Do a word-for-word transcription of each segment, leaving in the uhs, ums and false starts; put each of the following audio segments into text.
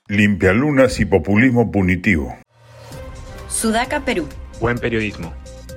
Limpialunas y populismo punitivo. Sudaca, Perú. Buen periodismo.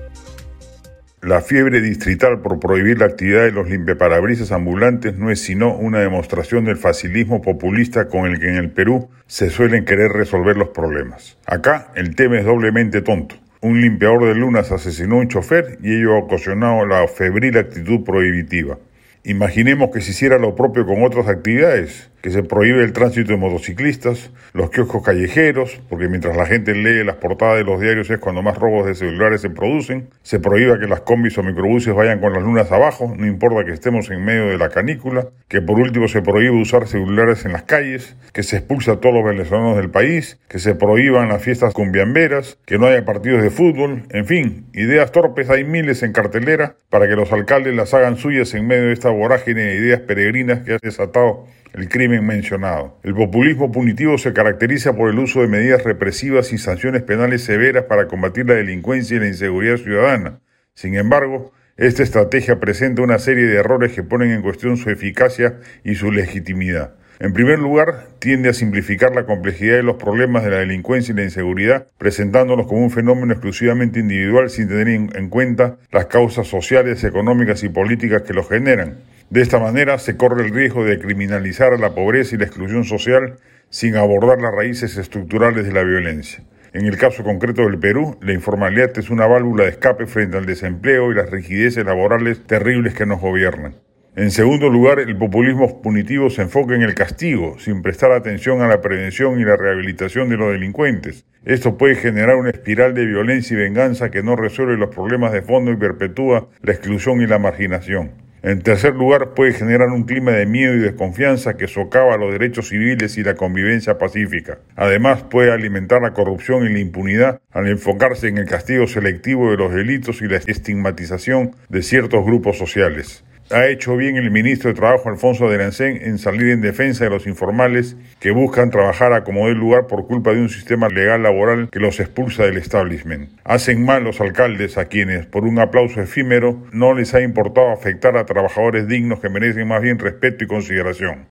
La fiebre distrital por prohibir la actividad de los limpiaparabrisas ambulantes no es sino una demostración del facilismo populista con el que en el Perú se suelen querer resolver los problemas. Acá el tema es doblemente tonto. Un limpiador de lunas asesinó a un chofer y ello ha ocasionado la febril actitud prohibitiva. Imaginemos que se hiciera lo propio con otras actividades, que se prohíbe el tránsito de motociclistas, los kioscos callejeros, porque mientras la gente lee las portadas de los diarios es cuando más robos de celulares se producen, se prohíba que las combis o microbuses vayan con las lunas abajo, no importa que estemos en medio de la canícula, que por último se prohíbe usar celulares en las calles, que se expulsa a todos los venezolanos del país, que se prohíban las fiestas cumbiamberas, que no haya partidos de fútbol, en fin, ideas torpes hay miles en cartelera para que los alcaldes las hagan suyas en medio de esta vorágine de ideas peregrinas que ha desatado el crimen mencionado. El populismo punitivo se caracteriza por el uso de medidas represivas y sanciones penales severas para combatir la delincuencia y la inseguridad ciudadana. Sin embargo, esta estrategia presenta una serie de errores que ponen en cuestión su eficacia y su legitimidad. En primer lugar, tiende a simplificar la complejidad de los problemas de la delincuencia y la inseguridad, presentándolos como un fenómeno exclusivamente individual sin tener en cuenta las causas sociales, económicas y políticas que los generan. De esta manera se corre el riesgo de criminalizar a la pobreza y la exclusión social sin abordar las raíces estructurales de la violencia. En el caso concreto del Perú, la informalidad es una válvula de escape frente al desempleo y las rigideces laborales terribles que nos gobiernan. En segundo lugar, el populismo punitivo se enfoca en el castigo, sin prestar atención a la prevención y la rehabilitación de los delincuentes. Esto puede generar una espiral de violencia y venganza que no resuelve los problemas de fondo y perpetúa la exclusión y la marginación. En tercer lugar, puede generar un clima de miedo y desconfianza que socava los derechos civiles y la convivencia pacífica. Además, puede alimentar la corrupción y la impunidad al enfocarse en el castigo selectivo de los delitos y la estigmatización de ciertos grupos sociales. Ha hecho bien el ministro de Trabajo, Alfonso Derancén, en salir en defensa de los informales que buscan trabajar a como dé lugar por culpa de un sistema legal laboral que los expulsa del establishment. Hacen mal los alcaldes a quienes, por un aplauso efímero, no les ha importado afectar a trabajadores dignos que merecen más bien respeto y consideración.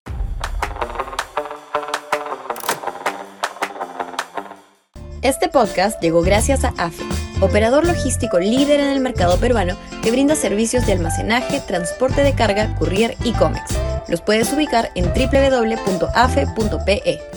Este podcast llegó gracias a A F E, operador logístico líder en el mercado peruano que brinda servicios de almacenaje, transporte de carga, courier y cómex. Los puedes ubicar en doble u doble u doble u punto a f e punto p e.